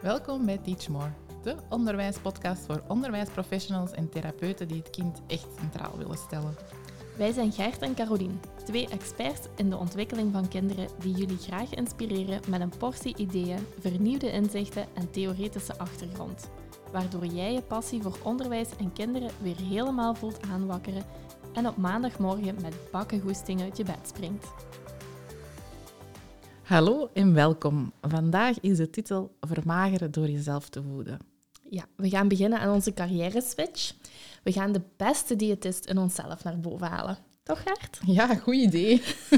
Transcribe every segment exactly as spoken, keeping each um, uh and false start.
Welkom bij Teach More, de onderwijspodcast voor onderwijsprofessionals en therapeuten die het kind echt centraal willen stellen. Wij zijn Gert en Carolien, twee experts in de ontwikkeling van kinderen die jullie graag inspireren met een portie ideeën, vernieuwde inzichten en theoretische achtergrond. Waardoor jij je passie voor onderwijs en kinderen weer helemaal voelt aanwakkeren en op maandagmorgen met bakkengoesting uit je bed springt. Hallo en welkom. Vandaag is de titel Vermageren door jezelf te voeden. Ja, we gaan beginnen aan onze carrière-switch. We gaan de beste diëtist in onszelf naar boven halen. Toch, Gert? Ja, goed idee.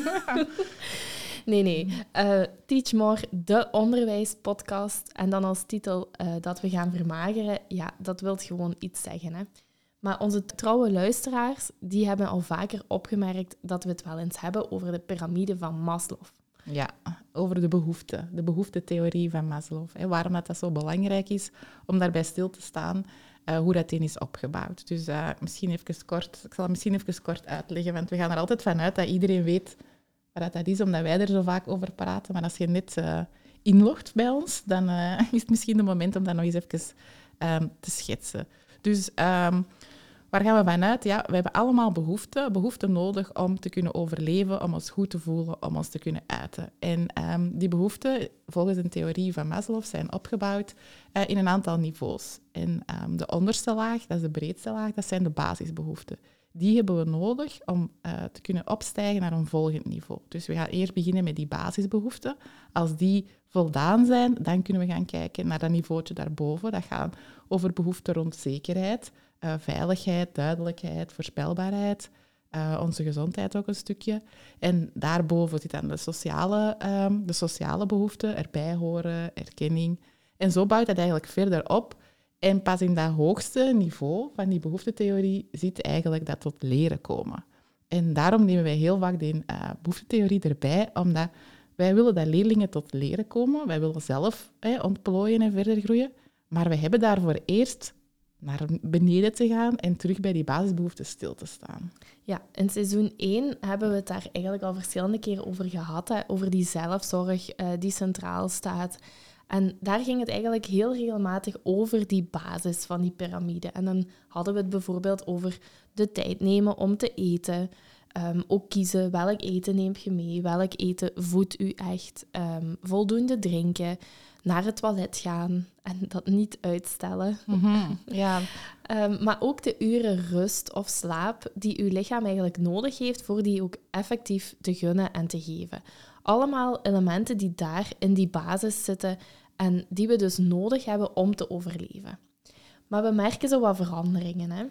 Nee, nee. Uh, Teach More, de onderwijspodcast. En dan als titel uh, dat we gaan vermageren. Ja, dat wil gewoon iets zeggen, hè. Maar onze trouwe luisteraars, die hebben al vaker opgemerkt dat we het wel eens hebben over de piramide van Maslow. Ja, over de behoefte, de behoeftetheorie van Maslow. Hè, waarom dat, dat zo belangrijk is om daarbij stil te staan, uh, hoe dat in is opgebouwd. Dus uh, misschien even kort, ik zal het misschien even kort uitleggen, want we gaan er altijd vanuit dat iedereen weet wat dat is, omdat wij er zo vaak over praten. Maar als je net uh, inlogt bij ons, dan uh, is het misschien het moment om dat nog eens even um, te schetsen. Dus um, waar gaan we vanuit? Ja, we hebben allemaal behoeften, behoeften nodig om te kunnen overleven, om ons goed te voelen, om ons te kunnen uiten. En um, die behoeften, volgens een theorie van Maslow, zijn opgebouwd uh, in een aantal niveaus. En um, de onderste laag, dat is de breedste laag, dat zijn de basisbehoeften. Die hebben we nodig om uh, te kunnen opstijgen naar een volgend niveau. Dus we gaan eerst beginnen met die basisbehoeften. Als die voldaan zijn, dan kunnen we gaan kijken naar dat niveautje daarboven. Dat gaat over behoeften rond zekerheid, uh, veiligheid, duidelijkheid, voorspelbaarheid, uh, onze gezondheid ook een stukje. En daarboven zit dan de sociale, um, de sociale behoeften, erbij horen, erkenning. En zo bouwt dat eigenlijk verder op. En pas in dat hoogste niveau van die behoeftetheorie zit eigenlijk dat tot leren komen. En daarom nemen wij heel vaak de uh, behoeftetheorie erbij, omdat wij willen dat leerlingen tot leren komen. Wij willen zelf hè, ontplooien en verder groeien. Maar we hebben daarvoor eerst naar beneden te gaan en terug bij die basisbehoeften stil te staan. Ja, in seizoen één hebben we het daar eigenlijk al verschillende keren over gehad, hè, over die zelfzorg uh, die centraal staat. En daar ging het eigenlijk heel regelmatig over die basis van die piramide. En dan hadden we het bijvoorbeeld over de tijd nemen om te eten. Um, ook kiezen welk eten neem je mee, welk eten voedt u echt. Um, voldoende drinken, naar het toilet gaan en dat niet uitstellen. Mm-hmm. Ja. Um, maar ook de uren rust of slaap die uw lichaam eigenlijk nodig heeft voor die ook effectief te gunnen en te geven. Allemaal elementen die daar in die basis zitten en die we dus nodig hebben om te overleven. Maar we merken zo wat veranderingen, hè.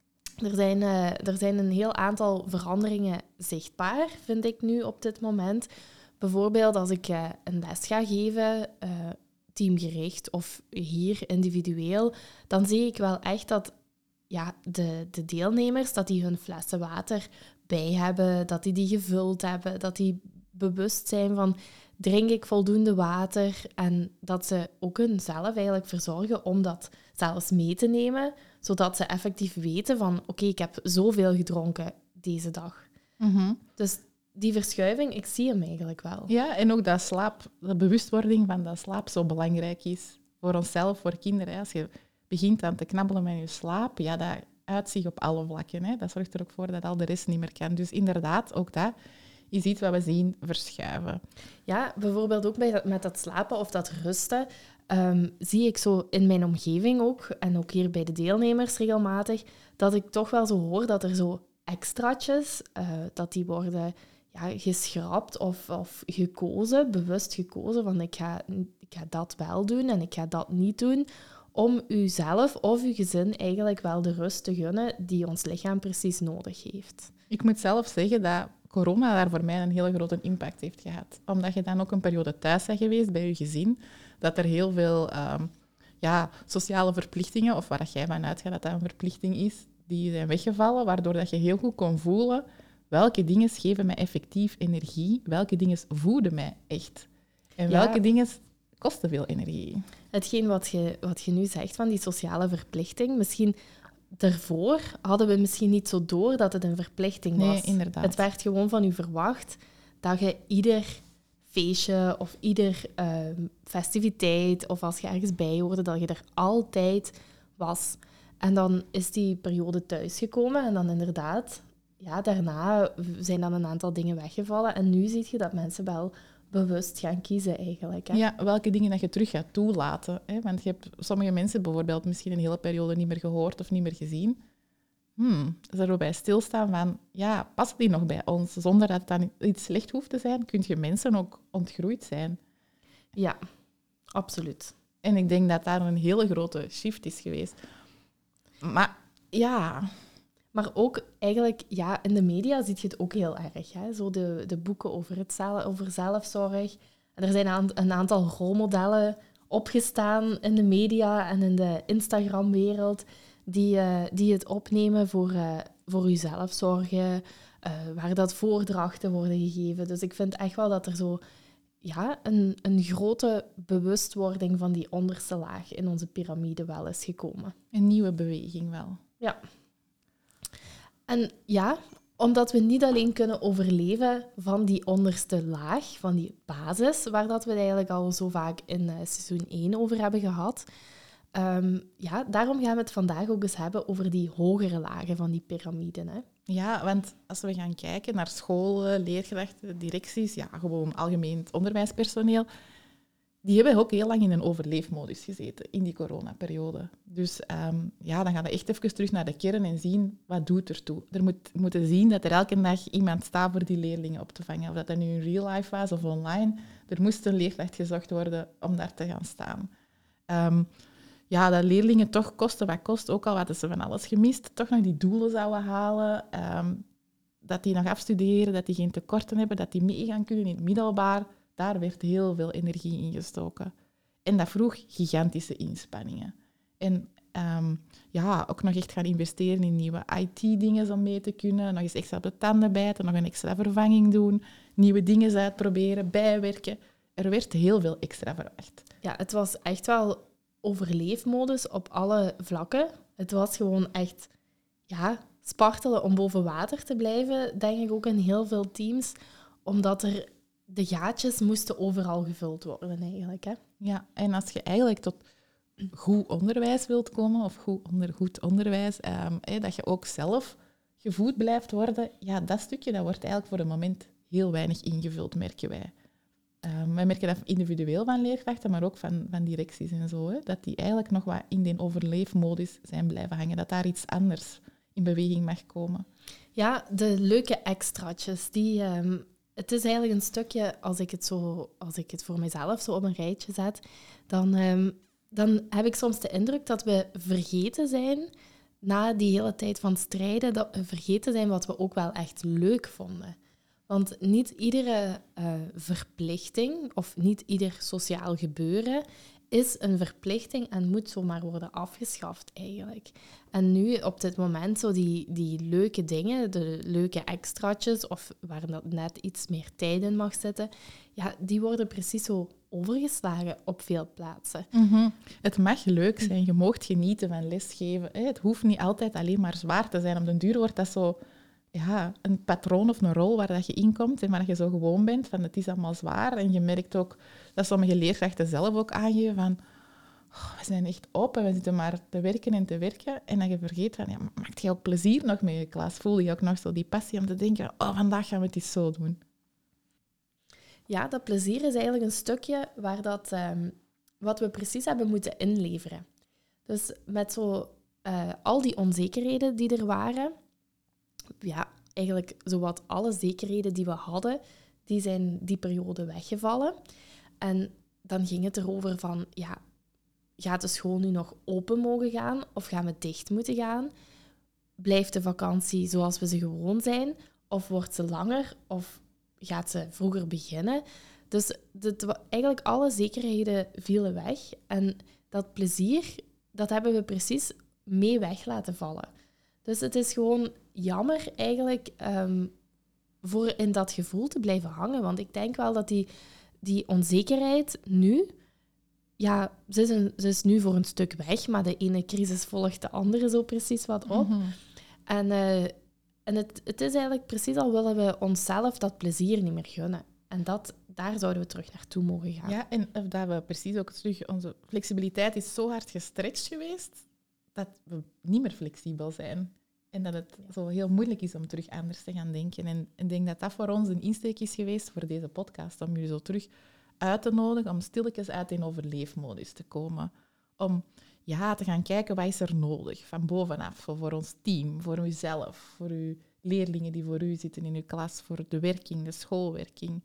Er zijn, uh, er zijn een heel aantal veranderingen zichtbaar, vind ik nu op dit moment. Bijvoorbeeld als ik uh, een les ga geven, uh, teamgericht of hier individueel, dan zie ik wel echt dat ja, de, de deelnemers dat die hun flessen water bij hebben, dat die die gevuld hebben, dat die bewust zijn van drink ik voldoende water en dat ze ook hunzelf eigenlijk verzorgen om dat zelfs mee te nemen, zodat ze effectief weten van oké, okay, ik heb zoveel gedronken deze dag. Mm-hmm. Dus die verschuiving, ik zie hem eigenlijk wel. Ja, en ook dat slaap, de bewustwording van dat slaap zo belangrijk is voor onszelf, voor kinderen. Als je begint aan te knabbelen met je slaap, ja, dat uit zich op alle vlakken. Hè. Dat zorgt er ook voor dat al de rest niet meer kan. Dus inderdaad, ook dat is iets wat we zien verschuiven. Ja, bijvoorbeeld ook bij dat, met dat slapen of dat rusten, um, zie ik zo in mijn omgeving ook, en ook hier bij de deelnemers regelmatig, dat ik toch wel zo hoor dat er zo extraatjes, uh, dat die worden ja, geschrapt of, of gekozen, bewust gekozen, van ik ga, ik ga dat wel doen en ik ga dat niet doen, om uzelf of uw gezin eigenlijk wel de rust te gunnen die ons lichaam precies nodig heeft. Ik moet zelf zeggen dat corona daar voor mij een hele grote impact heeft gehad. Omdat je dan ook een periode thuis bent geweest bij je gezin, dat er heel veel um, ja, sociale verplichtingen, of waar jij van uitgaat dat dat een verplichting is, die zijn weggevallen, waardoor dat je heel goed kon voelen welke dingen geven mij effectief energie, welke dingen voeden mij echt. En Ja. welke dingen kosten veel energie. Hetgeen wat je, wat je nu zegt van die sociale verplichting, misschien daarvoor hadden we misschien niet zo door dat het een verplichting was. Nee, inderdaad. Het werd gewoon van u verwacht dat je ieder feestje of ieder uh, festiviteit of als je ergens bij hoorde, dat je er altijd was. En dan is die periode thuisgekomen en dan inderdaad, ja, daarna zijn dan een aantal dingen weggevallen. En nu zie je dat mensen wel bewust gaan kiezen eigenlijk. Hè? Ja, welke dingen dat je terug gaat toelaten. Hè? Want je hebt sommige mensen bijvoorbeeld misschien een hele periode niet meer gehoord of niet meer gezien. Hmm, dus erbij stilstaan van, ja, past die nog bij ons? Zonder dat het dan iets slecht hoeft te zijn, kun je mensen ook ontgroeid zijn. Ja, absoluut. En ik denk dat daar een hele grote shift is geweest. Maar ja... Maar ook eigenlijk, ja, in de media zie je het ook heel erg. Hè? Zo de, de boeken over, het zelf, over zelfzorg. En er zijn een, een aantal rolmodellen opgestaan in de media en in de Instagram-wereld die, uh, die het opnemen voor, uh, voor je zelfzorgen, uh, waar dat voordrachten worden gegeven. Dus ik vind echt wel dat er zo ja, een, een grote bewustwording van die onderste laag in onze piramide wel is gekomen. Een nieuwe beweging wel. Ja. En ja, omdat we niet alleen kunnen overleven van die onderste laag, van die basis, waar dat we het eigenlijk al zo vaak in uh, seizoen één over hebben gehad. Um, ja, daarom gaan we het vandaag ook eens hebben over die hogere lagen van die piramide. Hè? Ja, want als we gaan kijken naar scholen, leerkrachten, directies, ja, gewoon algemeen het onderwijspersoneel, die hebben ook heel lang in een overleefmodus gezeten in die coronaperiode. Dus um, ja, dan gaan we echt even terug naar de kern en zien, wat doet er toe? Er moet moeten zien dat er elke dag iemand staat voor die leerlingen op te vangen. Of dat dat nu in real life was of online. Er moest een leerkracht gezocht worden om daar te gaan staan. Um, ja, dat leerlingen toch kosten wat kost, ook al hadden ze van alles gemist, toch nog die doelen zouden halen. Um, dat die nog afstuderen, dat die geen tekorten hebben, dat die mee gaan kunnen in het middelbaar. Daar werd heel veel energie in gestoken. En dat vroeg gigantische inspanningen. En um, ja, ook nog echt gaan investeren in nieuwe I T-dingen om mee te kunnen. Nog eens extra op de tanden bijten, nog een extra vervanging doen. Nieuwe dingen uitproberen, bijwerken. Er werd heel veel extra verwacht. Ja, het was echt wel overleefmodus op alle vlakken. Het was gewoon echt ja, spartelen om boven water te blijven, denk ik ook in heel veel teams. Omdat er de gaatjes moesten overal gevuld worden, eigenlijk. Hè? Ja, en als je eigenlijk tot goed onderwijs wilt komen, of goed, onder, goed onderwijs, um, hey, dat je ook zelf gevoed blijft worden, ja, dat stukje dat wordt eigenlijk voor het moment heel weinig ingevuld, merken wij. Um, wij merken dat individueel van leerkrachten, maar ook van, van directies en zo, hè, dat die eigenlijk nog wat in die overleefmodus zijn blijven hangen, dat daar iets anders in beweging mag komen. Ja, de leuke extraatjes, die... Um... Het is eigenlijk een stukje, als ik het, zo, als ik het voor mezelf zo op een rijtje zet, dan, um, dan heb ik soms de indruk dat we vergeten zijn, na die hele tijd van strijden, dat we vergeten zijn wat we ook wel echt leuk vonden. Want niet iedere uh, verplichting of niet ieder sociaal gebeuren is een verplichting en moet zomaar worden afgeschaft eigenlijk. En nu, op dit moment, zo die, die leuke dingen, de leuke extraatjes, of waar dat net iets meer tijd in mag zitten, ja, die worden precies zo overgeslagen op veel plaatsen. Mm-hmm. Het mag leuk zijn, je mag genieten van lesgeven. Het hoeft niet altijd alleen maar zwaar te zijn. Op den duur wordt dat zo ja, een patroon of een rol waar dat je in komt en waar je zo gewoon bent, van het is allemaal zwaar. En je merkt ook dat sommige leerkrachten zelf ook aangeven van oh, we zijn echt op en we zitten maar te werken en te werken. En dat je vergeet van, ja, maakt je ook plezier nog met je klas? Voel je ook nog zo die passie om te denken, oh, vandaag gaan we het eens zo doen? Ja, dat plezier is eigenlijk een stukje waar dat, um, wat we precies hebben moeten inleveren. Dus met zo uh, al die onzekerheden die er waren, ja, eigenlijk zowat alle zekerheden die we hadden, die zijn die periode weggevallen. En dan ging het erover van, ja, gaat de school nu nog open mogen gaan of gaan we dicht moeten gaan? Blijft de vakantie zoals we ze gewoon zijn? Of wordt ze langer? Of gaat ze vroeger beginnen? Dus dit, eigenlijk alle zekerheden vielen weg. En dat plezier, dat hebben we precies mee weg laten vallen. Dus het is gewoon jammer eigenlijk um, voor in dat gevoel te blijven hangen. Want ik denk wel dat die, die onzekerheid nu... Ja, ze is, een, ze is nu voor een stuk weg, maar de ene crisis volgt de andere zo precies wat op. Mm-hmm. En, uh, en het, het is eigenlijk precies al willen we onszelf dat plezier niet meer gunnen. En dat, daar zouden we terug naartoe mogen gaan. Ja, en of dat we precies ook terug... Onze flexibiliteit is zo hard gestretched geweest dat we niet meer flexibel zijn. En dat het zo heel moeilijk is om terug anders te gaan denken. En ik denk dat dat voor ons een insteek is geweest voor deze podcast. Om jullie zo terug uit te nodigen, om stilletjes uit in overleefmodus te komen. Om ja, te gaan kijken, wat is er nodig? Van bovenaf, voor ons team, voor uzelf, voor uw leerlingen die voor u zitten in uw klas, voor de werking, de schoolwerking.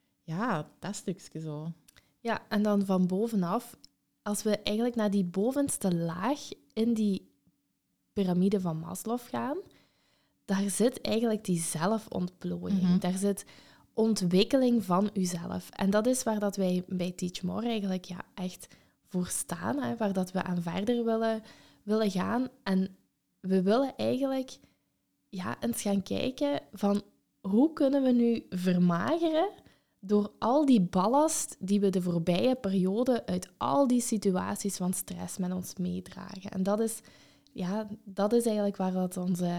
Ja, dat stukje zo. Ja, en dan van bovenaf, als we eigenlijk naar die bovenste laag in die piramide van Maslow gaan, daar zit eigenlijk die zelfontplooiing. Mm-hmm. Daar zit ontwikkeling van uzelf. En dat is waar dat wij bij Teach More eigenlijk ja, echt voor staan, hè, waar dat we aan verder willen, willen gaan. En we willen eigenlijk ja, eens gaan kijken van hoe kunnen we nu vermageren door al die ballast die we de voorbije periode uit al die situaties van stress met ons meedragen. En dat is, ja, dat is eigenlijk waar dat onze,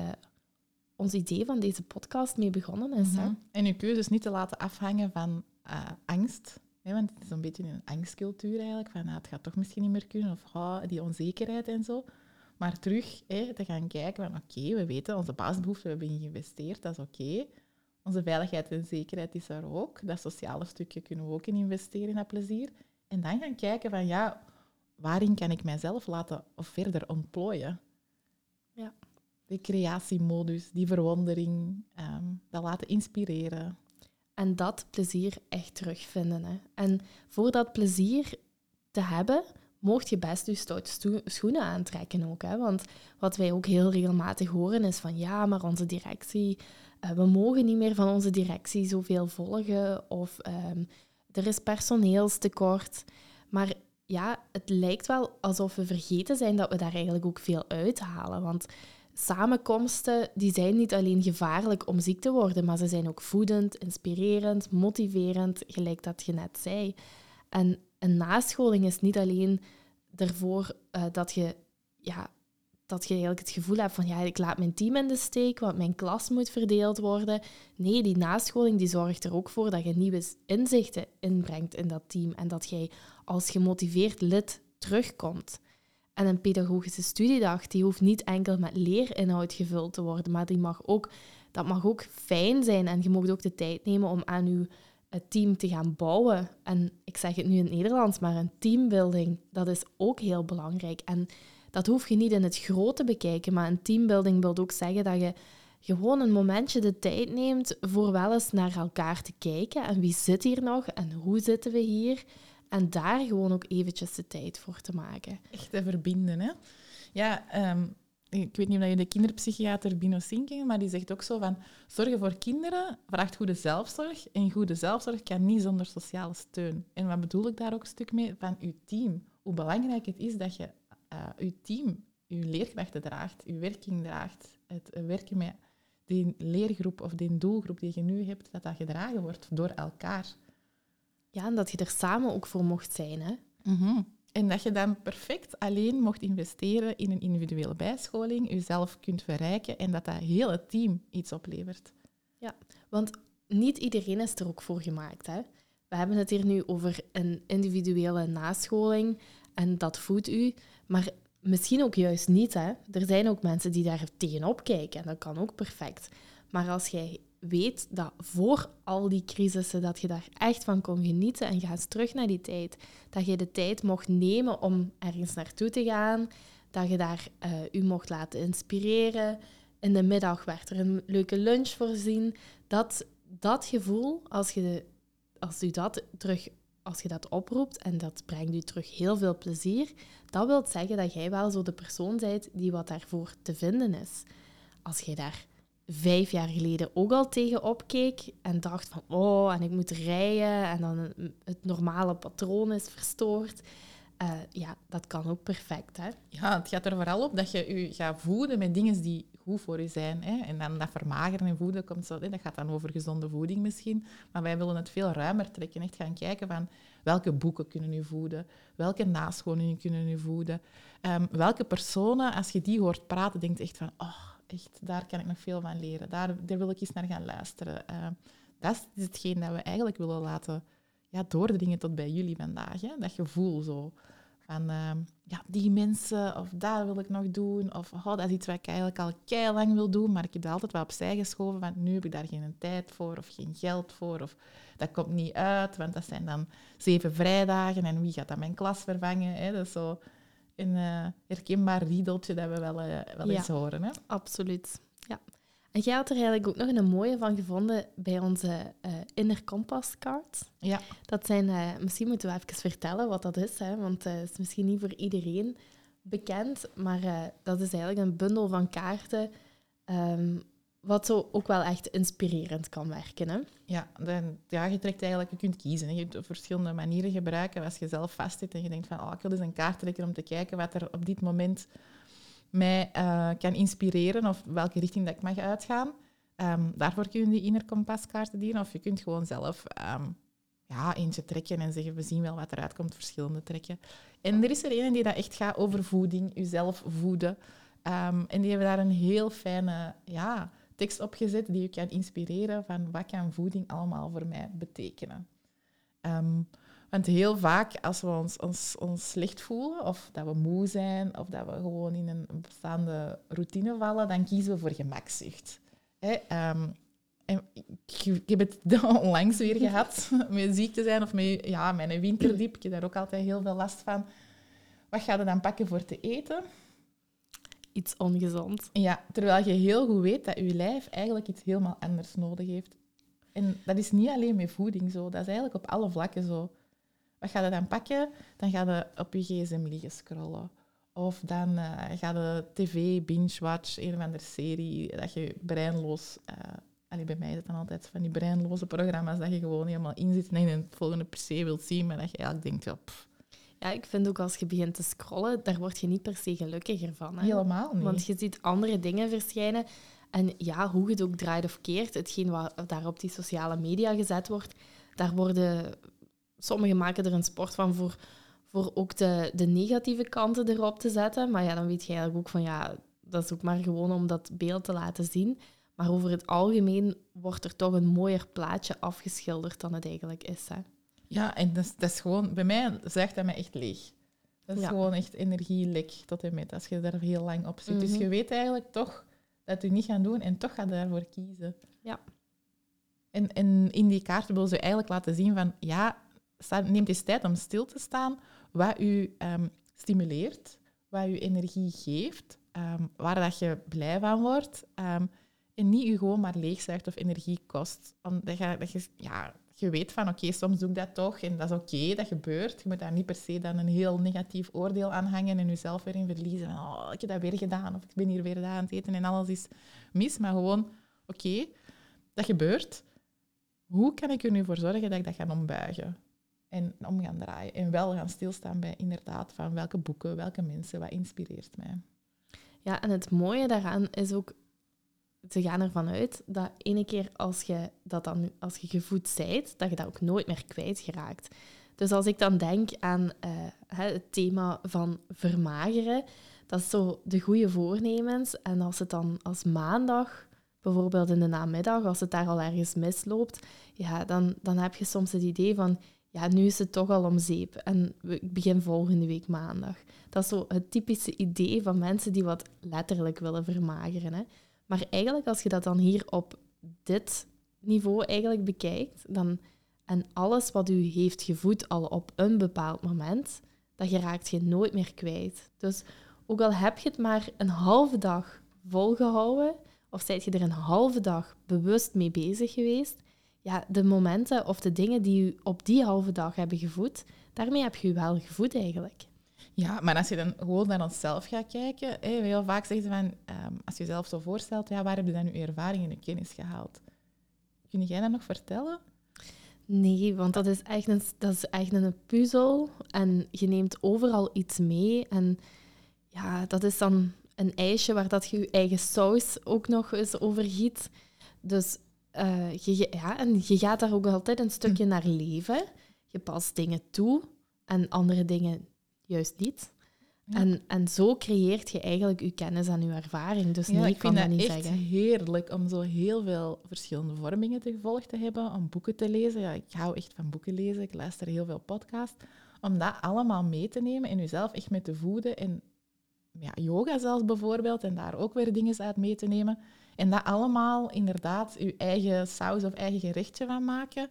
ons idee van deze podcast mee begonnen is. Mm-hmm. Hè? En uw keuze is niet te laten afhangen van uh, angst. Hè, want het is een beetje een angstcultuur eigenlijk. Van, nou, het gaat toch misschien niet meer kunnen. Of oh, die onzekerheid en zo. Maar terug hè, te gaan kijken van oké, okay, we weten, onze basisbehoeften, we hebben geïnvesteerd, dat is oké. Okay. Onze veiligheid en zekerheid is er ook. Dat sociale stukje kunnen we ook in investeren, in dat plezier. En dan gaan kijken van, ja, waarin kan ik mijzelf laten of verder ontplooien? Ja. Die creatiemodus, die verwondering, um, dat laten inspireren. En dat plezier echt terugvinden. Hè. En voor dat plezier te hebben, mocht je best je stoute sto- schoenen aantrekken ook. Hè? Want wat wij ook heel regelmatig horen is van, ja, maar onze directie... Uh, we mogen niet meer van onze directie zoveel volgen of um, er is personeelstekort. Maar ja, het lijkt wel alsof we vergeten zijn dat we daar eigenlijk ook veel uithalen. Want samenkomsten die zijn niet alleen gevaarlijk om ziek te worden, maar ze zijn ook voedend, inspirerend, motiverend, gelijk dat je net zei. En een nascholing is niet alleen ervoor uh, dat je... Ja, dat je eigenlijk het gevoel hebt van, ja, ik laat mijn team in de steek, want mijn klas moet verdeeld worden. Nee, die nascholing die zorgt er ook voor dat je nieuwe inzichten inbrengt in dat team en dat jij als gemotiveerd lid terugkomt. En een pedagogische studiedag, die hoeft niet enkel met leerinhoud gevuld te worden, maar die mag ook, dat mag ook fijn zijn en je mag ook de tijd nemen om aan je team te gaan bouwen. En ik zeg het nu in het Nederlands, maar een teambuilding, dat is ook heel belangrijk. En dat hoef je niet in het groot te bekijken, maar een teambuilding wil ook zeggen dat je gewoon een momentje de tijd neemt voor wel eens naar elkaar te kijken. En wie zit hier nog en hoe zitten we hier? En daar gewoon ook eventjes de tijd voor te maken. Echt te verbinden, hè? Ja, um, ik weet niet of je de kinderpsychiater Bino Singh kent, maar die zegt ook zo van, zorgen voor kinderen vraagt goede zelfzorg. En goede zelfzorg kan niet zonder sociale steun. En wat bedoel ik daar ook een stuk mee? Van je team. Hoe belangrijk het is dat je Uh, uw team, uw leerkrachten draagt, uw werking draagt, het werken met die leergroep of die doelgroep die je nu hebt, dat dat gedragen wordt door elkaar. Ja, en dat je er samen ook voor mocht zijn, hè? Mm-hmm. En dat je dan perfect alleen mocht investeren in een individuele bijscholing, jezelf kunt verrijken en dat dat hele team iets oplevert. Ja, want niet iedereen is er ook voor gemaakt, hè? We hebben het hier nu over een individuele nascholing en dat voedt u, maar misschien ook juist niet. Hè? Er zijn ook mensen die daar tegenop kijken en dat kan ook perfect. Maar als jij weet dat voor al die crisissen, dat je daar echt van kon genieten en ga eens terug naar die tijd, dat je de tijd mocht nemen om ergens naartoe te gaan, dat je daar uh, u mocht laten inspireren. In de middag werd er een leuke lunch voorzien. Dat, dat gevoel, als je de Als u dat terug, als je dat oproept en dat brengt u terug heel veel plezier, dat wil zeggen dat jij wel zo de persoon bent die wat daarvoor te vinden is. Als jij daar vijf jaar geleden ook al tegen opkeek en dacht van oh, en ik moet rijden en dan het normale patroon is verstoord, uh, ja, dat kan ook perfect, hè? Ja, het gaat er vooral op dat je je gaat voeden met dingen die goed voor je zijn. Hè? En dan dat vermageren en voeden komt zo, hè? Dat gaat dan over gezonde voeding misschien. Maar wij willen het veel ruimer trekken. Echt gaan kijken van welke boeken kunnen u voeden, welke nascholingen kunnen u voeden, um, welke personen, als je die hoort praten, denkt echt van oh, echt, daar kan ik nog veel van leren. Daar, daar wil ik eens naar gaan luisteren. Uh, dat is hetgeen dat we eigenlijk willen laten ja, doordringen tot bij jullie vandaag. Hè? Dat gevoel zo van, uh, ja, die mensen, of dat wil ik nog doen, of oh, dat is iets wat ik eigenlijk al keilang wil doen, maar ik heb dat altijd wel opzij geschoven, want nu heb ik daar geen tijd voor, of geen geld voor, of dat komt niet uit, want dat zijn dan zeven vrijdagen, en wie gaat dan mijn klas vervangen? Hè? Dat is zo een uh, herkenbaar riedeltje dat we wel, uh, wel eens ja, horen. Hè? Absoluut, ja. En jij had er eigenlijk ook nog een mooie van gevonden bij onze uh, Inner Compass cards. Ja. Dat zijn, uh, misschien moeten we even vertellen wat dat is, hè, want het uh, is misschien niet voor iedereen bekend, maar uh, dat is eigenlijk een bundel van kaarten um, wat zo ook wel echt inspirerend kan werken. Hè? Ja, dan, ja, je trekt eigenlijk, je kunt kiezen. Hè. Je kunt verschillende manieren gebruiken. Als je zelf vastzit en je denkt van, oh, ik wil eens een kaart trekken om te kijken wat er op dit moment mij uh, kan inspireren of welke richting dat ik mag uitgaan. Um, daarvoor kun je die Inner Compass kaarten dienen. Of je kunt gewoon zelf um, ja, eentje trekken en zeggen, we zien wel wat eruit komt, verschillende trekken. En er is er een die dat echt gaat over voeding, jezelf voeden. Um, en die hebben daar een heel fijne ja, tekst op gezet die je kan inspireren van wat kan voeding allemaal voor mij betekenen. Um, Want heel vaak, als we ons, ons, ons slecht voelen, of dat we moe zijn, of dat we gewoon in een bestaande routine vallen, dan kiezen we voor gemakzucht. Hè, um, en ik, ik heb het onlangs weer gehad, met ziek te zijn, of met ja, mijn winterdiep. Ik heb daar ook altijd heel veel last van. Wat ga je dan pakken voor te eten? Iets ongezond. Ja, terwijl je heel goed weet dat je lijf eigenlijk iets helemaal anders nodig heeft. En dat is niet alleen met voeding zo, dat is eigenlijk op alle vlakken zo. Wat ga je dan pakken? Dan ga je op je gsm liggen scrollen. Of dan uh, ga je tv binge-watch, een of andere serie, dat je breinloos... Uh, allee, bij mij is het dan altijd van die breinloze programma's dat je gewoon helemaal in zit en je het volgende per se wilt zien, maar dat je eigenlijk denkt, ja, pff. Ja, ik vind ook als je begint te scrollen, daar word je niet per se gelukkiger van. Hè? Helemaal niet. Want je ziet andere dingen verschijnen. En ja, hoe je het ook draait of keert, hetgeen wat daar op die sociale media gezet wordt, daar worden... Sommigen maken er een sport van voor, voor ook de, de negatieve kanten erop te zetten. Maar ja, dan weet je eigenlijk ook van, ja, dat is ook maar gewoon om dat beeld te laten zien. Maar over het algemeen wordt er toch een mooier plaatje afgeschilderd dan het eigenlijk is. Hè? Ja, en dat is, dat is gewoon... Bij mij zegt dat mij echt leeg. Dat is ja. gewoon echt energielek tot en met, als je daar heel lang op zit. Mm-hmm. Dus je weet eigenlijk toch dat je niet gaat doen en toch ga je daarvoor kiezen. Ja. En, en in die kaarten wil ze eigenlijk laten zien van, ja... Neem eens tijd om stil te staan wat u um, stimuleert, wat u energie geeft, um, waar dat je blij van wordt. Um, en niet je gewoon maar leegzuigt of energie kost. Omdat je, dat je, ja, je weet van, oké, okay, soms doe ik dat toch en dat is oké, okay, dat gebeurt. Je moet daar niet per se dan een heel negatief oordeel aan hangen en jezelf weer in verliezen. Van, oh, ik heb dat weer gedaan of ik ben hier weer dat aan het eten en alles is mis. Maar gewoon, oké, okay, dat gebeurt. Hoe kan ik er nu voor zorgen dat ik dat ga ombuigen? En om gaan draaien. En wel gaan stilstaan bij inderdaad van welke boeken, welke mensen, wat inspireert mij. Ja, en het mooie daaraan is ook, ze gaan ervan uit dat ene keer als je, dat dan, als je gevoed zijt, dat je dat ook nooit meer kwijtgeraakt. Dus als ik dan denk aan uh, het thema van vermageren, dat is zo de goede voornemens. En als het dan als maandag, bijvoorbeeld in de namiddag, als het daar al ergens misloopt, ja, dan, dan heb je soms het idee van... Ja, nu is het toch al om zeep en ik begin volgende week maandag. Dat is zo het typische idee van mensen die wat letterlijk willen vermageren. Hè. Maar eigenlijk, als je dat dan hier op dit niveau eigenlijk bekijkt, dan, en alles wat u heeft gevoed al op een bepaald moment, dat raakt je nooit meer kwijt. Dus ook al heb je het maar een halve dag volgehouden, of zijt je er een halve dag bewust mee bezig geweest, ja, de momenten of de dingen die u op die halve dag hebben gevoed, daarmee heb je u wel gevoed eigenlijk. Ja, maar als je dan gewoon naar onszelf gaat kijken, hè, heel vaak zeggen ze van, um, als je jezelf zo voorstelt, ja, waar heb je dan je ervaring en je kennis gehaald? Kun jij dat nog vertellen? Nee, want dat is echt een, dat is echt een puzzel en je neemt overal iets mee. En ja, dat is dan een ijsje waar dat je je eigen saus ook nog eens over giet. Dus uh, je, ja, en je gaat daar ook altijd een stukje naar leven. Je past dingen toe en andere dingen juist niet. Ja. En, en zo creëert je eigenlijk je kennis en je ervaring. Dus Ja, nee, ik ik kan vind dat dat niet echt zeggen. heerlijk om zo heel veel verschillende vormingen te gevolgd te hebben, om boeken te lezen. Ja, ik hou echt van boeken lezen, ik luister heel veel podcasts. Om dat allemaal mee te nemen en jezelf echt mee te voeden. En ja, yoga zelfs bijvoorbeeld, en daar ook weer dingen uit mee te nemen. En dat allemaal inderdaad je eigen saus of eigen gerechtje van maken.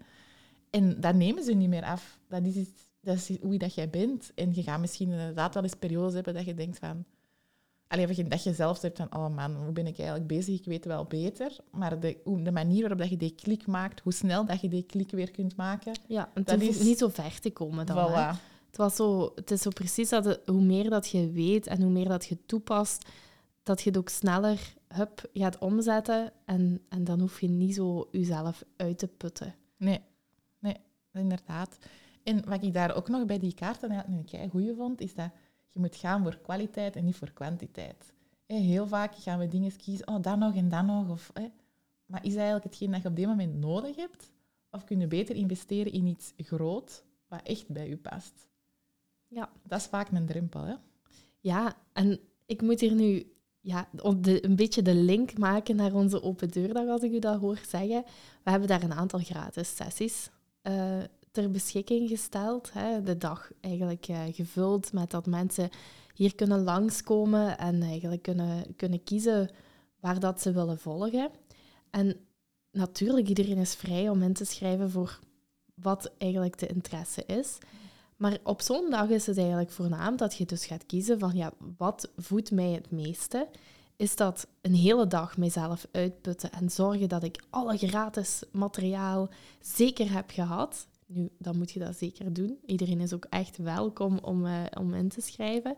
En dat nemen ze niet meer af. Dat is, iets, dat is hoe dat jij bent. En je gaat misschien inderdaad wel eens periodes hebben dat je denkt van... Allee, dat je zelf hebt van, oh man, hoe ben ik eigenlijk bezig? Ik weet wel beter. Maar de, hoe- de manier waarop dat je die klik maakt, hoe snel dat je die klik weer kunt maken... Ja, het Dat hoeft is- niet zo ver te komen dan. Hè? Voilà. Het, was zo, het is zo precies dat het- hoe meer dat je weet en hoe meer dat je toepast, dat je het ook sneller hup, gaat omzetten. En, en dan hoef je niet zo jezelf uit te putten. Nee, nee, inderdaad. En wat ik daar ook nog bij die kaarten een kei goeie vond, is dat je moet gaan voor kwaliteit en niet voor kwantiteit. Hè, heel vaak gaan we dingen kiezen, oh, dat nog en dat nog. Of, hè. Maar is eigenlijk hetgeen dat je op dit moment nodig hebt? Of kun je beter investeren in iets groot, wat echt bij je past? Ja. Dat is vaak een drempel, hè? Ja, en ik moet hier nu ja, op de, een beetje de link maken naar onze open deurdag, als ik u dat hoor zeggen. We hebben daar een aantal gratis sessies uh, ter beschikking gesteld. Hè. De dag eigenlijk uh, gevuld met dat mensen hier kunnen langskomen en eigenlijk kunnen, kunnen kiezen waar dat ze willen volgen. En natuurlijk, iedereen is vrij om in te schrijven voor wat eigenlijk de interesse is. Maar op zo'n dag is het eigenlijk voornaam dat je dus gaat kiezen van ja, wat voedt mij het meeste? Is dat een hele dag mijzelf uitputten en zorgen dat ik alle gratis materiaal zeker heb gehad? Nu, dan moet je dat zeker doen. Iedereen is ook echt welkom om, uh, om in te schrijven.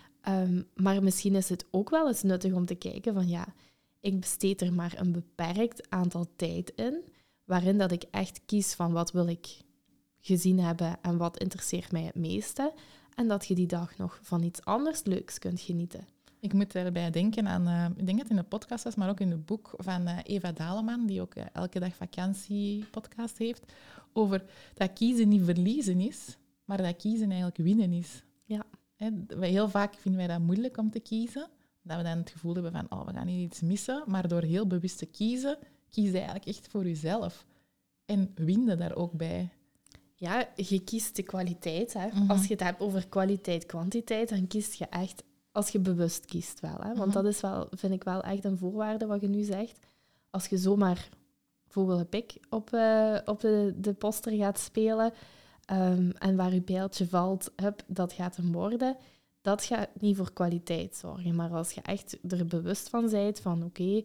Um, maar misschien is het ook wel eens nuttig om te kijken van ja, ik besteed er maar een beperkt aantal tijd in, waarin dat ik echt kies van wat wil ik gezien hebben en wat interesseert mij het meeste. En dat je die dag nog van iets anders leuks kunt genieten. Ik moet daarbij denken aan, uh, ik denk dat het in de podcast was, maar ook in het boek van uh, Eva Daleman, die ook uh, elke dag vakantie podcast heeft, over dat kiezen niet verliezen is, maar dat kiezen eigenlijk winnen is. Ja. He, heel vaak vinden wij dat moeilijk om te kiezen, dat we dan het gevoel hebben van, oh, we gaan hier iets missen, maar door heel bewust te kiezen, kies je eigenlijk echt voor jezelf. En win je daar ook bij. Ja, je kiest de kwaliteit. Hè. Mm-hmm. Als je het hebt over kwaliteit, kwantiteit, dan kies je echt, als je bewust kiest wel. Hè. Want Mm-hmm. dat is wel, vind ik wel echt een voorwaarde wat je nu zegt. Als je zomaar vogelpik op, uh, op de, de poster gaat spelen um, en waar je pijltje valt, hup, dat gaat hem worden. Dat gaat niet voor kwaliteit zorgen. Maar als je echt er bewust van bent, van oké, okay,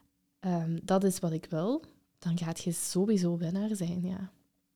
um, dat is wat ik wil, dan gaat je sowieso winnaar zijn, ja.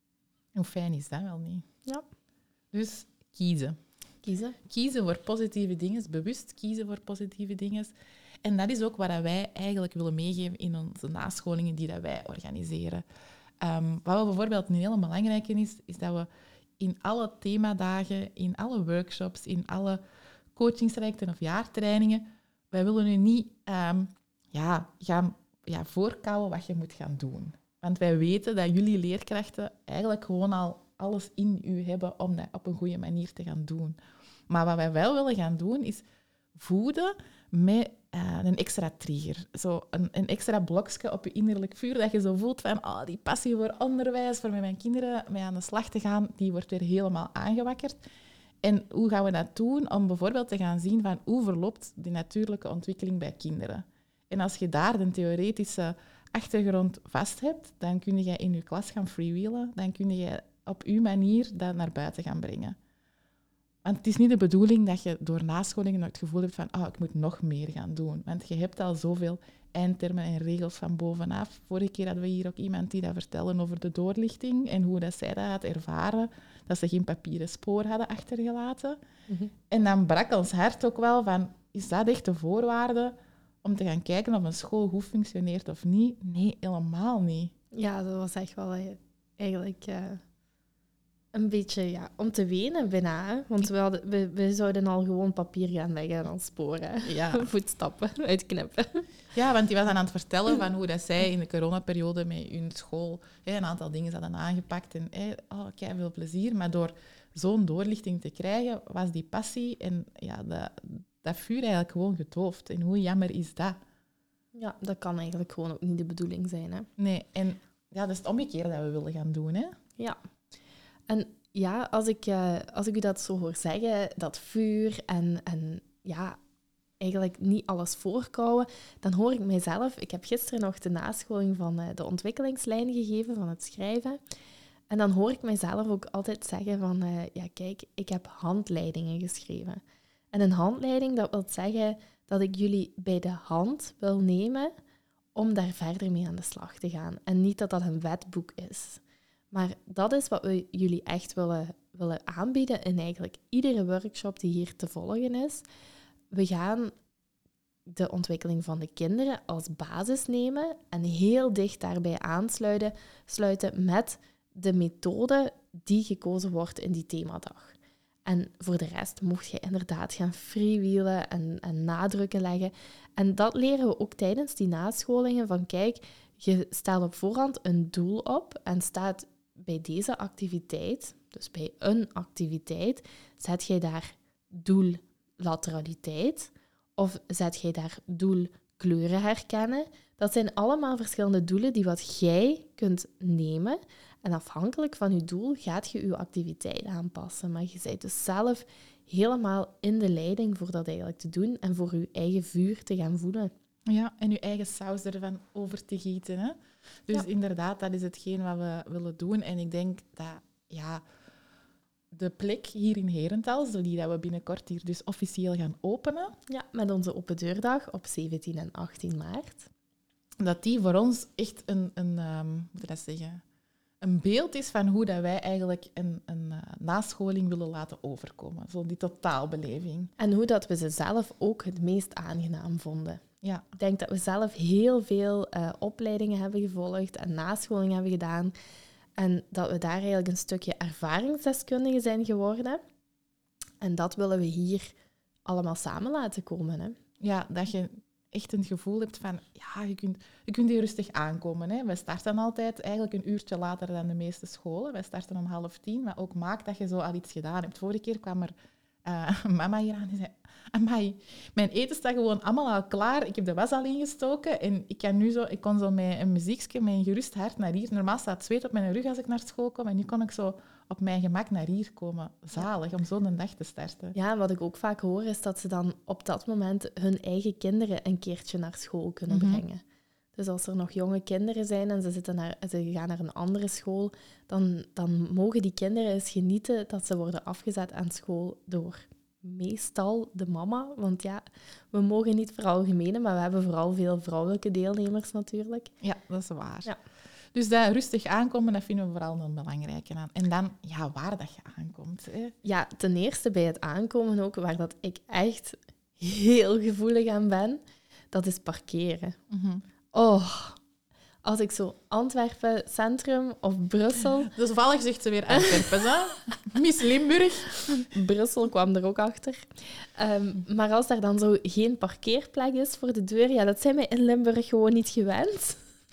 Hoe fijn is dat wel niet? Ja. Dus kiezen. Kiezen. Kiezen voor positieve dingen, bewust kiezen voor positieve dingen. En dat is ook wat wij eigenlijk willen meegeven in onze nascholingen die dat wij organiseren. Um, wat bijvoorbeeld een hele belangrijke is, is dat we in alle themadagen, in alle workshops, in alle coachingstrajecten of jaartrainingen, wij willen nu niet um, ja, gaan ja, voorkouwen wat je moet gaan doen. Want wij weten dat jullie leerkrachten eigenlijk gewoon al alles in u hebben om dat op een goede manier te gaan doen. Maar wat wij wel willen gaan doen, is voeden met uh, een extra trigger. Zo een, een extra blokje op je innerlijk vuur, dat je zo voelt van oh, die passie voor onderwijs, voor met mijn kinderen mee aan de slag te gaan, die wordt weer helemaal aangewakkerd. En hoe gaan we dat doen? Om bijvoorbeeld te gaan zien van hoe verloopt die natuurlijke ontwikkeling bij kinderen. En als je daar de theoretische achtergrond vast hebt, dan kun je in je klas gaan freewheelen, dan kun je op je manier dat naar buiten gaan brengen. Want het is niet de bedoeling dat je door nascholingen het gevoel hebt van oh, ik moet nog meer gaan doen. Want je hebt al zoveel eindtermen en regels van bovenaf. Vorige keer hadden we hier ook iemand die dat vertelde over de doorlichting en hoe dat zij dat had ervaren, dat ze geen papieren spoor hadden achtergelaten. Mm-hmm. En dan brak ons hart ook wel van, is dat echt de voorwaarde om te gaan kijken of een school goed functioneert of niet? Nee, helemaal niet. Ja, dat was echt wel eigenlijk uh, een beetje ja, om te wenen bijna. Hè? Want we, hadden, we, we zouden al gewoon papier gaan leggen als sporen. Ja. Voetstappen, uitknippen. Ja, want die was dan aan het vertellen van hoe dat zij in de coronaperiode met hun school hè, een aantal dingen hadden aangepakt. En hè, oh, kei veel plezier. Maar door zo'n doorlichting te krijgen, was die passie en ja, dat, dat vuur eigenlijk gewoon gedoofd. En hoe jammer is dat? Ja, dat kan eigenlijk gewoon ook niet de bedoeling zijn. Hè? Nee, en ja, dat is het omgekeerde dat we willen gaan doen. Hè? Ja. En ja, als ik, uh, als ik u dat zo hoor zeggen, dat vuur en, en ja, eigenlijk niet alles voorkouwen, dan hoor ik mijzelf... Ik heb gisteren nog de nascholing van uh, de ontwikkelingslijn gegeven, van het schrijven. En dan hoor ik mijzelf ook altijd zeggen van... Uh, ja, kijk, ik heb handleidingen geschreven. En een handleiding, dat wil zeggen dat ik jullie bij de hand wil nemen om daar verder mee aan de slag te gaan. En niet dat dat een wetboek is. Maar dat is wat we jullie echt willen, willen aanbieden in eigenlijk iedere workshop die hier te volgen is. We gaan de ontwikkeling van de kinderen als basis nemen en heel dicht daarbij aansluiten sluiten met de methode die gekozen wordt in die themadag. En voor de rest mocht je inderdaad gaan freewheelen en, en nadrukken leggen. En dat leren we ook tijdens die nascholingen van kijk, je stelt op voorhand een doel op en staat bij deze activiteit, dus bij een activiteit, zet jij daar doel lateraliteit of zet jij daar doel kleuren herkennen. Dat zijn allemaal verschillende doelen die wat jij kunt nemen. En afhankelijk van je doel gaat je je activiteit aanpassen. Maar je bent dus zelf helemaal in de leiding voor dat eigenlijk te doen en voor je eigen vuur te gaan voelen. Ja, en je eigen saus ervan over te gieten. Hè? Dus ja. Inderdaad, dat is hetgeen wat we willen doen. En ik denk dat ja, de plek hier in Herentals, die dat we binnenkort hier dus officieel gaan openen... Ja, met onze open deurdag op zeventien en achttien maart. Dat die voor ons echt een, een, um, hoe moet ik dat zeggen, een beeld is van hoe dat wij eigenlijk een, een uh, nascholing willen laten overkomen. Zo die totaalbeleving. En hoe dat we ze zelf ook het meest aangenaam vonden. Ja. Ik denk dat we zelf heel veel uh, opleidingen hebben gevolgd en nascholingen hebben gedaan. En dat we daar eigenlijk een stukje ervaringsdeskundigen zijn geworden. En dat willen we hier allemaal samen laten komen. Hè? Ja, dat je echt een gevoel hebt van, ja, je kunt, je kunt hier rustig aankomen. Hè. Wij starten altijd eigenlijk een uurtje later dan de meeste scholen. Wij starten om half tien, maar ook maakt dat je zo al iets gedaan hebt. Vorige keer kwam er uh, mama hier aan en zei, amai, mijn eten staat gewoon allemaal al klaar. Ik heb de was al ingestoken en ik, kan nu zo, ik kon zo met een muziekje, met een gerust hart naar hier. Normaal staat het zweet op mijn rug als ik naar school kom en nu kon ik zo op mijn gemak naar hier komen. Zalig, om zo'n dag te starten. Ja, wat ik ook vaak hoor, is dat ze dan op dat moment hun eigen kinderen een keertje naar school kunnen mm-hmm. brengen. Dus als er nog jonge kinderen zijn en ze, zitten naar, ze gaan naar een andere school, dan, dan mogen die kinderen eens genieten dat ze worden afgezet aan school door meestal de mama. Want ja, we mogen niet veralgemenen, maar we hebben vooral veel vrouwelijke deelnemers natuurlijk. Ja, dat is waar. Ja. Dus dat rustig aankomen, dat vinden we vooral een belangrijke aan. En dan, ja, waar dat je aankomt. Hè. Ja, ten eerste bij het aankomen ook, waar dat ik echt heel gevoelig aan ben, dat is parkeren. Mm-hmm. Oh, als ik zo Antwerpen Centrum of Brussel... Dus toevallig zegt ze weer Antwerpen, hè? Miss Limburg. Brussel kwam er ook achter. Um, maar als daar dan zo geen parkeerplek is voor de deur, ja, dat zijn wij in Limburg gewoon niet gewend.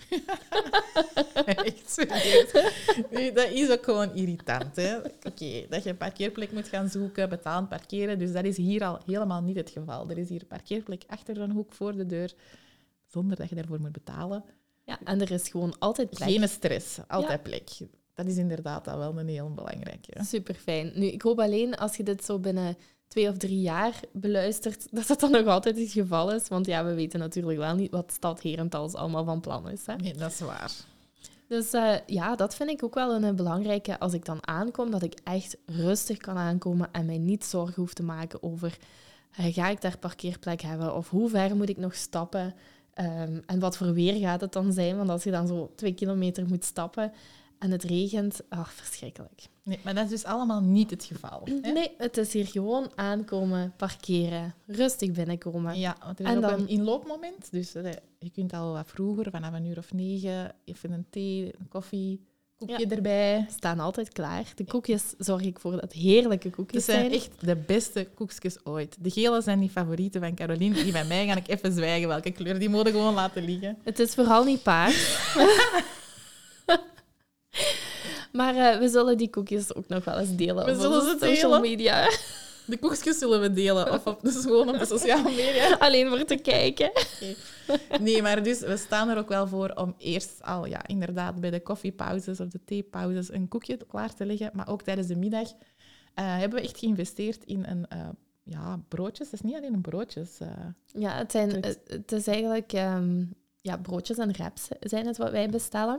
Echt serieus. Nee, dat is ook gewoon irritant. Oké, okay, dat je een parkeerplek moet gaan zoeken, betalend parkeren. Dus dat is hier al helemaal niet het geval. Er is hier een parkeerplek achter een hoek voor de deur, zonder dat je daarvoor moet betalen. Ja, en er is gewoon altijd plek. Geen stress, altijd ja. plek. Dat is inderdaad al wel een heel belangrijke. Super fijn. Nu, ik hoop alleen als je dit zo binnen twee of drie jaar beluistert, dat dat dan nog altijd het geval is. Want ja, we weten natuurlijk wel niet wat stad Herentals allemaal van plan is. Hè? Nee, dat is waar. Dus uh, ja, dat vind ik ook wel een belangrijke als ik dan aankom, dat ik echt rustig kan aankomen en mij niet zorgen hoef te maken over uh, ga ik daar parkeerplek hebben of hoe ver moet ik nog stappen um, en wat voor weer gaat het dan zijn. Want als je dan zo twee kilometer moet stappen en het regent, ach, verschrikkelijk. Nee, maar dat is dus allemaal niet het geval. Hè? Nee, het is hier gewoon aankomen, parkeren, rustig binnenkomen. Ja, want er is en ook dan een inloopmoment. Dus uh, je kunt al wat vroeger, vanaf een uur of negen, even een thee, een koffie, koekje ja. erbij. Staan altijd klaar. De koekjes zorg ik voor dat heerlijke koekjes zijn. zijn. Het zijn echt de beste koekjes ooit. De gele zijn die favorieten van Caroline. Die van mij ga ik even zwijgen welke kleur. Die moet ik gewoon laten liggen. Het is vooral niet paars. Maar uh, we zullen die koekjes ook nog wel eens delen we op zullen onze ze social delen. media. De koekjes zullen we delen. Of op, dus gewoon op de sociale media. Alleen voor te kijken. Okay. Nee, maar dus we staan er ook wel voor om eerst al, ja, inderdaad, bij de koffiepauzes of de theepauzes een koekje klaar te leggen. Maar ook tijdens de middag uh, hebben we echt geïnvesteerd in een... Uh, ja, broodjes. Het is niet alleen een broodjes. Uh, ja, het, zijn, het is eigenlijk... Um, ja, broodjes en wraps zijn het wat wij bestellen.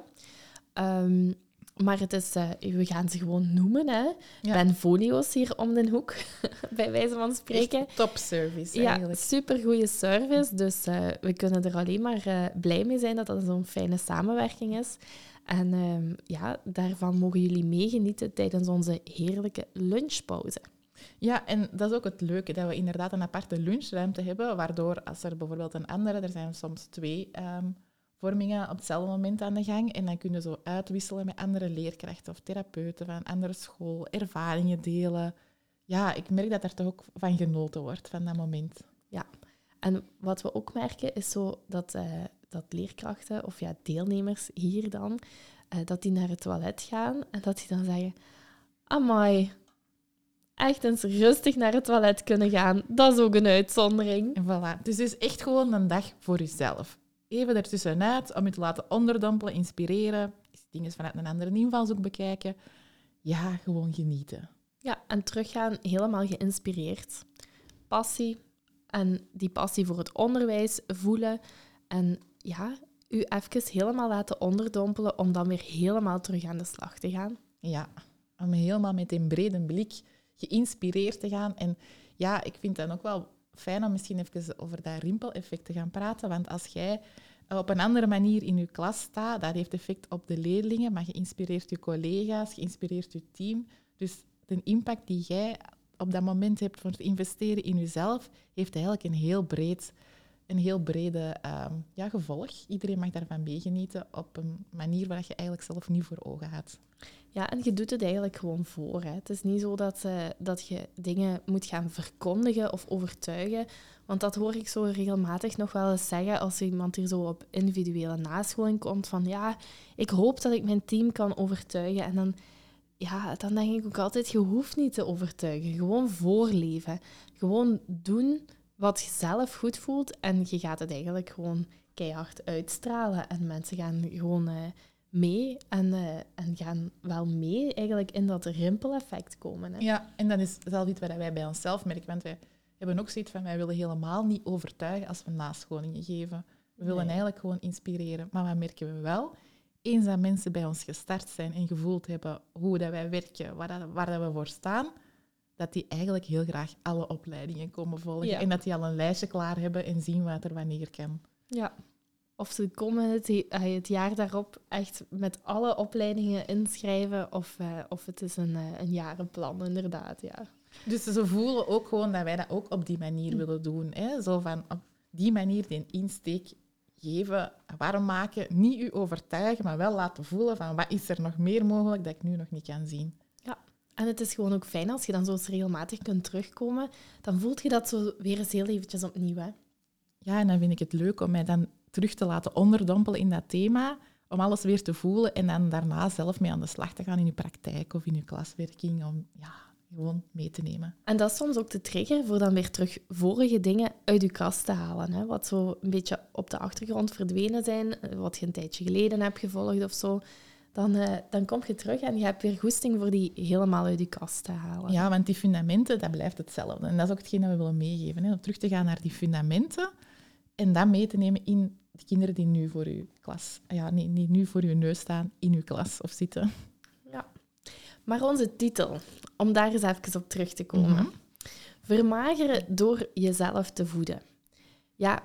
Um, maar het is... Uh, we gaan ze gewoon noemen, hè. Ja. Benvolio's hier om de hoek, bij wijze van spreken. Echt top service, ja, eigenlijk. supergoeie service. Dus uh, we kunnen er alleen maar uh, blij mee zijn dat dat zo'n fijne samenwerking is. En um, ja, daarvan mogen jullie meegenieten tijdens onze heerlijke lunchpauze. Ja, en dat is ook het leuke, dat we inderdaad een aparte lunchruimte hebben, waardoor als er bijvoorbeeld een andere, er zijn soms twee um, vormingen op hetzelfde moment aan de gang, en dan kunnen we zo uitwisselen met andere leerkrachten of therapeuten van een andere school, ervaringen delen. Ja, ik merk dat er toch ook van genoten wordt, van dat moment. Ja, en wat we ook merken is zo dat, uh, dat leerkrachten, of ja, deelnemers hier dan, uh, dat die naar het toilet gaan en dat die dan zeggen, amai, echt eens rustig naar het toilet kunnen gaan. Dat is ook een uitzondering. En voilà. Dus het is echt gewoon een dag voor jezelf. Even ertussenuit om je te laten onderdompelen, inspireren, dingen vanuit een andere invalshoek bekijken. Ja, gewoon genieten. Ja, en teruggaan helemaal geïnspireerd. Passie en die passie voor het onderwijs voelen. En ja, u even helemaal laten onderdompelen om dan weer helemaal terug aan de slag te gaan. Ja, om helemaal met een brede blik geïnspireerd te gaan. En ja, ik vind het ook wel fijn om misschien even over dat rimpeleffect te gaan praten. Want als jij op een andere manier in je klas staat, dat heeft effect op de leerlingen, maar je inspireert je collega's, je inspireert je team. Dus de impact die jij op dat moment hebt voor het investeren in jezelf, heeft eigenlijk een heel breed, een heel brede um, ja, gevolg. Iedereen mag daarvan meegenieten op een manier waar je eigenlijk zelf niet voor ogen had. Ja, en je doet het eigenlijk gewoon voor. Hè. Het is niet zo dat, uh, dat je dingen moet gaan verkondigen of overtuigen. Want dat hoor ik zo regelmatig nog wel eens zeggen als iemand hier zo op individuele nascholing komt. Van ja, ik hoop dat ik mijn team kan overtuigen. En dan, ja, dan denk ik ook altijd, je hoeft niet te overtuigen. Gewoon voorleven. Gewoon doen wat je zelf goed voelt. En je gaat het eigenlijk gewoon keihard uitstralen. En mensen gaan gewoon... Uh, mee en, uh, en gaan wel mee eigenlijk in dat rimpeleffect komen. Hè? Ja, en dat is zelf iets wat wij bij onszelf merken. Want wij hebben ook zoiets van, wij willen helemaal niet overtuigen als we nascholingen geven. We willen nee. eigenlijk gewoon inspireren. Maar wat merken we wel? Eens dat mensen bij ons gestart zijn en gevoeld hebben hoe dat wij werken, waar, dat, waar dat we voor staan, dat die eigenlijk heel graag alle opleidingen komen volgen. Ja. En dat die al een lijstje klaar hebben en zien wat er wanneer kan. Ja. Of ze komen het, het jaar daarop echt met alle opleidingen inschrijven, of, uh, of het is een, uh, een jarenplan, inderdaad, ja. Dus ze voelen ook gewoon dat wij dat ook op die manier mm. willen doen. Hè? Zo van op die manier die insteek geven, warm maken, niet u overtuigen, maar wel laten voelen van wat is er nog meer mogelijk dat ik nu nog niet kan zien. Ja, en het is gewoon ook fijn als je dan zo eens regelmatig kunt terugkomen, dan voelt je dat zo weer eens heel eventjes opnieuw, hè. Ja, en dan vind ik het leuk om mij dan terug te laten onderdompelen in dat thema, om alles weer te voelen en dan daarna zelf mee aan de slag te gaan in je praktijk of in je klaswerking, om ja, gewoon mee te nemen. En dat is soms ook de trigger voor dan weer terug vorige dingen uit je kast te halen, hè? Wat zo een beetje op de achtergrond verdwenen zijn, wat je een tijdje geleden hebt gevolgd of zo. Dan, uh, dan kom je terug en je hebt weer goesting voor die helemaal uit je kast te halen. Ja, want die fundamenten, dat blijft hetzelfde. En dat is ook hetgeen dat we willen meegeven, hè? Om terug te gaan naar die fundamenten en dat mee te nemen in de kinderen die nu voor uw klas, ja, nee, niet nu voor uw neus staan, in uw klas of zitten. Ja. Maar onze titel, om daar eens even op terug te komen. Mm-hmm. Vermageren door jezelf te voeden. Ja,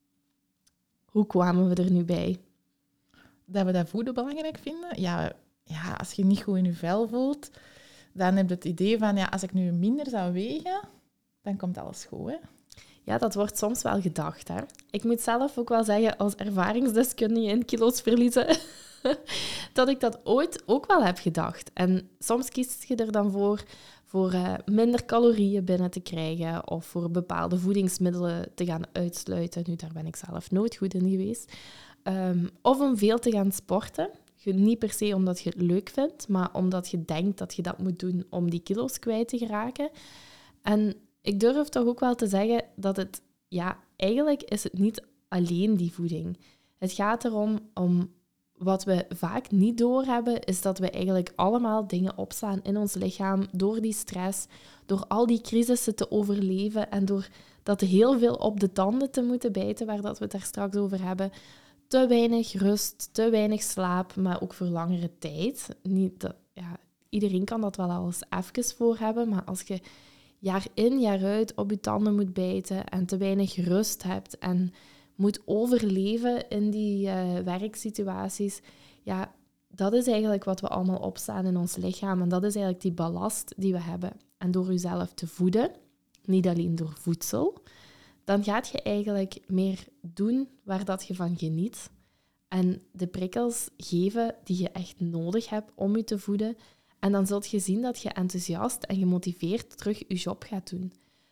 hoe kwamen we er nu bij? Dat we dat voeden belangrijk vinden? Ja, ja, als je niet goed in je vel voelt, dan heb je het idee van, ja, als ik nu minder zou wegen, dan komt alles goed, hè? Ja, dat wordt soms wel gedacht, hè. Ik moet zelf ook wel zeggen, als ervaringsdeskundige in kilo's verliezen, dat ik dat ooit ook wel heb gedacht. En soms kies je er dan voor, voor uh, minder calorieën binnen te krijgen of voor bepaalde voedingsmiddelen te gaan uitsluiten. Nu, daar ben ik zelf nooit goed in geweest. Um, of om veel te gaan sporten. Je, niet per se omdat je het leuk vindt, maar omdat je denkt dat je dat moet doen om die kilo's kwijt te geraken. En ik durf toch ook wel te zeggen dat het, ja, eigenlijk is het niet alleen die voeding. Het gaat erom, om wat we vaak niet doorhebben, is dat we eigenlijk allemaal dingen opslaan in ons lichaam door die stress, door al die crisissen te overleven en door dat heel veel op de tanden te moeten bijten, waar dat we het daar straks over hebben. Te weinig rust, te weinig slaap, maar ook voor langere tijd. Niet dat, ja, iedereen kan dat wel al eens even voor hebben, maar als je jaar in, jaar uit op je tanden moet bijten en te weinig rust hebt en moet overleven in die uh, werksituaties, ja, dat is eigenlijk wat we allemaal opstaan in ons lichaam. En dat is eigenlijk die ballast die we hebben. En door jezelf te voeden, niet alleen door voedsel, dan gaat je eigenlijk meer doen waar dat je van geniet. En de prikkels geven die je echt nodig hebt om je te voeden. En dan zult je zien dat je enthousiast en gemotiveerd terug je job gaat doen.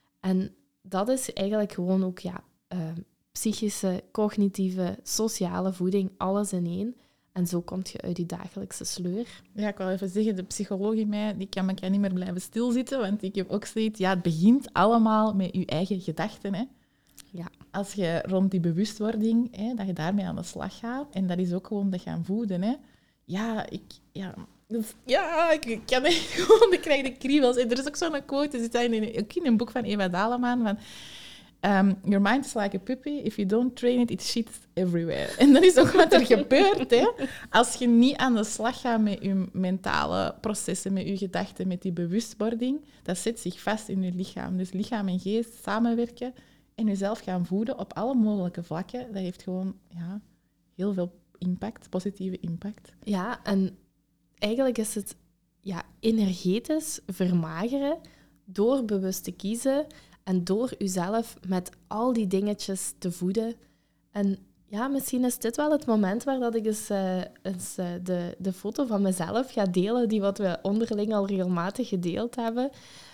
En dat is eigenlijk gewoon ook ja, uh, psychische, cognitieve, sociale voeding, alles in één. En zo kom je uit die dagelijkse sleur. Ja, ik wil even zeggen, de psycholoog in mij, die kan me niet meer blijven stilzitten, want ik heb ook zoiets, ja, het begint allemaal met je eigen gedachten, hè. Ja. Als je rond die bewustwording, hè, dat je daarmee aan de slag gaat, en dat is ook gewoon te gaan voeden, hè. Ja, ik... Ja, dus, ja, ik, ik kan echt gewoon... Ik krijg de kriebels. En er is ook zo'n quote, die zit in, ook in een boek van Eva Daleman, van... Um, your mind is like a puppy. If you don't train it, it shits everywhere. En dat is ook wat er gebeurt, hè. Als je niet aan de slag gaat met je mentale processen, met je gedachten, met die bewustwording, dat zet zich vast in je lichaam. Dus lichaam en geest samenwerken en jezelf gaan voeden op alle mogelijke vlakken, dat heeft gewoon ja, heel veel impact, positieve impact. Ja, en eigenlijk is het ja, energetisch vermageren door bewust te kiezen en door uzelf met al die dingetjes te voeden. En ja, misschien is dit wel het moment waar dat ik eens, uh, eens uh, de, de foto van mezelf ga delen, die wat we onderling al regelmatig gedeeld hebben.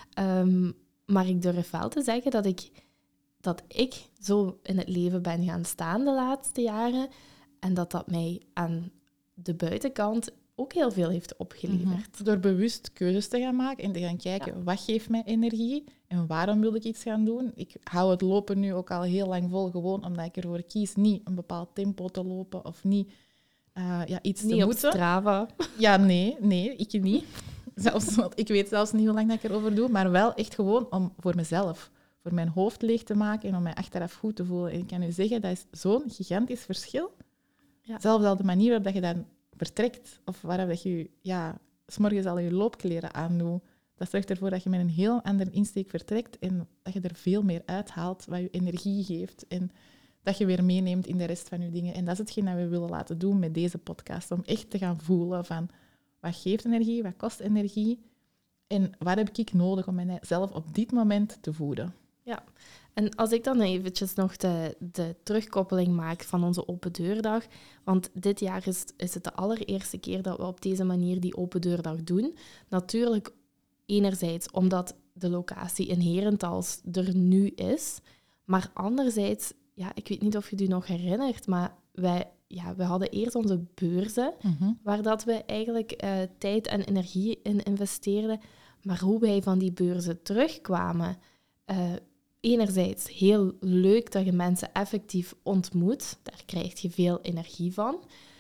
Um, maar ik durf wel te zeggen dat ik, dat ik zo in het leven ben gaan staan de laatste jaren en dat dat mij aan de buitenkant ook heel veel heeft opgeleverd. Mm-hmm. Door bewust keuzes te gaan maken en te gaan kijken, ja, wat geeft mij energie en waarom wil ik iets gaan doen. Ik hou het lopen nu ook al heel lang vol, gewoon omdat ik ervoor kies niet een bepaald tempo te lopen of niet uh, ja, iets niet te op moeten. Strava. Ja, nee, nee, ik niet. Zelfs, want ik weet zelfs niet hoe lang dat ik erover doe, maar wel echt gewoon om voor mezelf, voor mijn hoofd leeg te maken en om mij achteraf goed te voelen. En ik kan u zeggen, dat is zo'n gigantisch verschil. Ja. Zelfs al de manier waarop je dan vertrekt, of waarop dat je ja, 's morgens al je loopkleren aandoet, dat zorgt ervoor dat je met een heel andere insteek vertrekt en dat je er veel meer uithaalt wat je energie geeft en dat je weer meeneemt in de rest van je dingen. En dat is hetgeen dat we willen laten doen met deze podcast, om echt te gaan voelen van wat geeft energie, wat kost energie en wat heb ik nodig om mijzelf op dit moment te voeden. Ja, en als ik dan eventjes nog de, de terugkoppeling maak van onze open deurdag, want dit jaar is, is het de allereerste keer dat we op deze manier die open deurdag doen. Natuurlijk enerzijds omdat de locatie in Herentals er nu is, maar anderzijds, ja, ik weet niet of je het je nog herinnert, maar wij, ja, we hadden eerst onze beurzen, mm-hmm. waar dat we eigenlijk uh, tijd en energie in investeerden, maar hoe wij van die beurzen terugkwamen... Uh, enerzijds heel leuk dat je mensen effectief ontmoet. Daar krijg je veel energie van.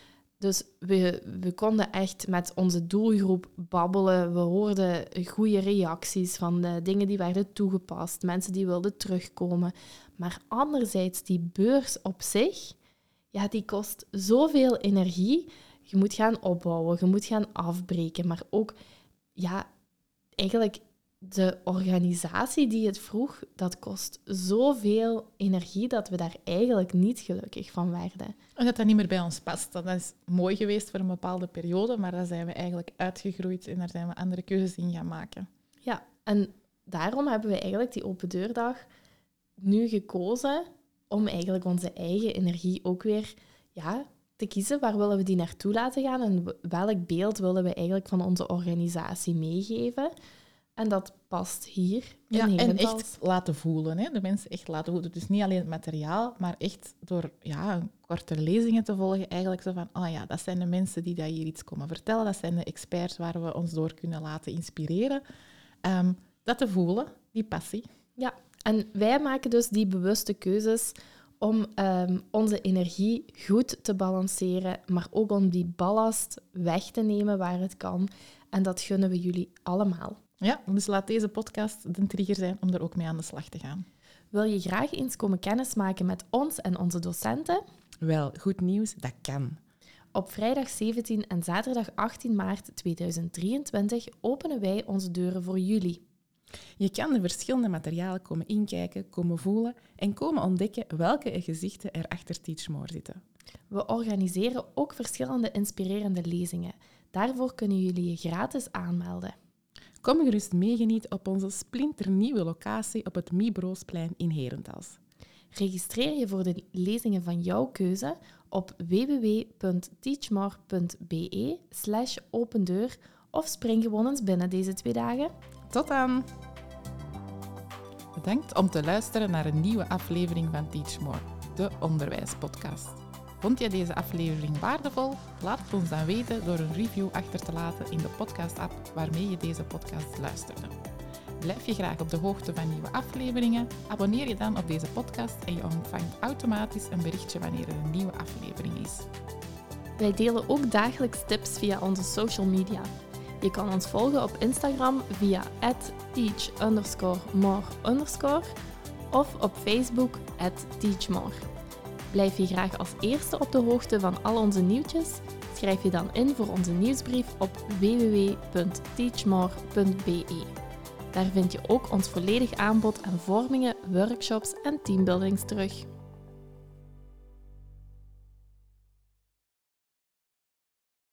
Dus we, we konden echt met onze doelgroep babbelen. We hoorden goede reacties van de dingen die werden toegepast. Mensen die wilden terugkomen. Maar anderzijds, die beurs op zich, ja, die kost zoveel energie. Je moet gaan opbouwen, je moet gaan afbreken. Maar ook, ja, eigenlijk... de organisatie die het vroeg, dat kost zoveel energie dat we daar eigenlijk niet gelukkig van werden. En dat dat niet meer bij ons past. Dat is mooi geweest voor een bepaalde periode, maar daar zijn we eigenlijk uitgegroeid en daar zijn we andere keuzes in gaan maken. Ja, en daarom hebben we eigenlijk die open deurdag nu gekozen om eigenlijk onze eigen energie ook weer ja, te kiezen. Waar willen we die naartoe laten gaan en welk beeld willen we eigenlijk van onze organisatie meegeven? En dat past hier in Ja, en Herentals. echt laten voelen. Hè? De mensen echt laten voelen. Dus niet alleen het materiaal, maar echt door ja, korte lezingen te volgen. Eigenlijk zo van, oh ja, dat zijn de mensen die dat hier iets komen vertellen. Dat zijn de experts waar we ons door kunnen laten inspireren. Um, dat te voelen, die passie. Ja, en wij maken dus die bewuste keuzes om um, onze energie goed te balanceren, maar ook om die ballast weg te nemen waar het kan. En dat gunnen we jullie allemaal. Ja, dus laat deze podcast de trigger zijn om er ook mee aan de slag te gaan. Wil je graag eens komen kennismaken met ons en onze docenten? Wel, goed nieuws, dat kan. Op vrijdag zeventien en zaterdag achttien maart tweeduizend drieëntwintig openen wij onze deuren voor jullie. Je kan de verschillende materialen komen inkijken, komen voelen en komen ontdekken welke gezichten er achter Teach More zitten. We organiseren ook verschillende inspirerende lezingen. Daarvoor kunnen jullie je gratis aanmelden. Kom gerust meegenieten op onze splinternieuwe locatie op het Miebroosplein in Herentals. Registreer je voor de lezingen van jouw keuze op w w w punt teachmore punt b e slash opendeur of spring gewoon eens binnen deze twee dagen. Tot dan! Bedankt om te luisteren naar een nieuwe aflevering van Teach More, de onderwijspodcast. Vond je deze aflevering waardevol? Laat het ons dan weten door een review achter te laten in de podcast-app waarmee je deze podcast luisterde. Blijf je graag op de hoogte van nieuwe afleveringen? Abonneer je dan op deze podcast en je ontvangt automatisch een berichtje wanneer er een nieuwe aflevering is. Wij delen ook dagelijks tips via onze social media. Je kan ons volgen op Instagram via at teach underscore more underscore of op Facebook at teachmore. Blijf je graag als eerste op de hoogte van al onze nieuwtjes? Schrijf je dan in voor onze nieuwsbrief op w w w punt teachmore punt b e. Daar vind je ook ons volledig aanbod aan vormingen, workshops en teambuildings terug.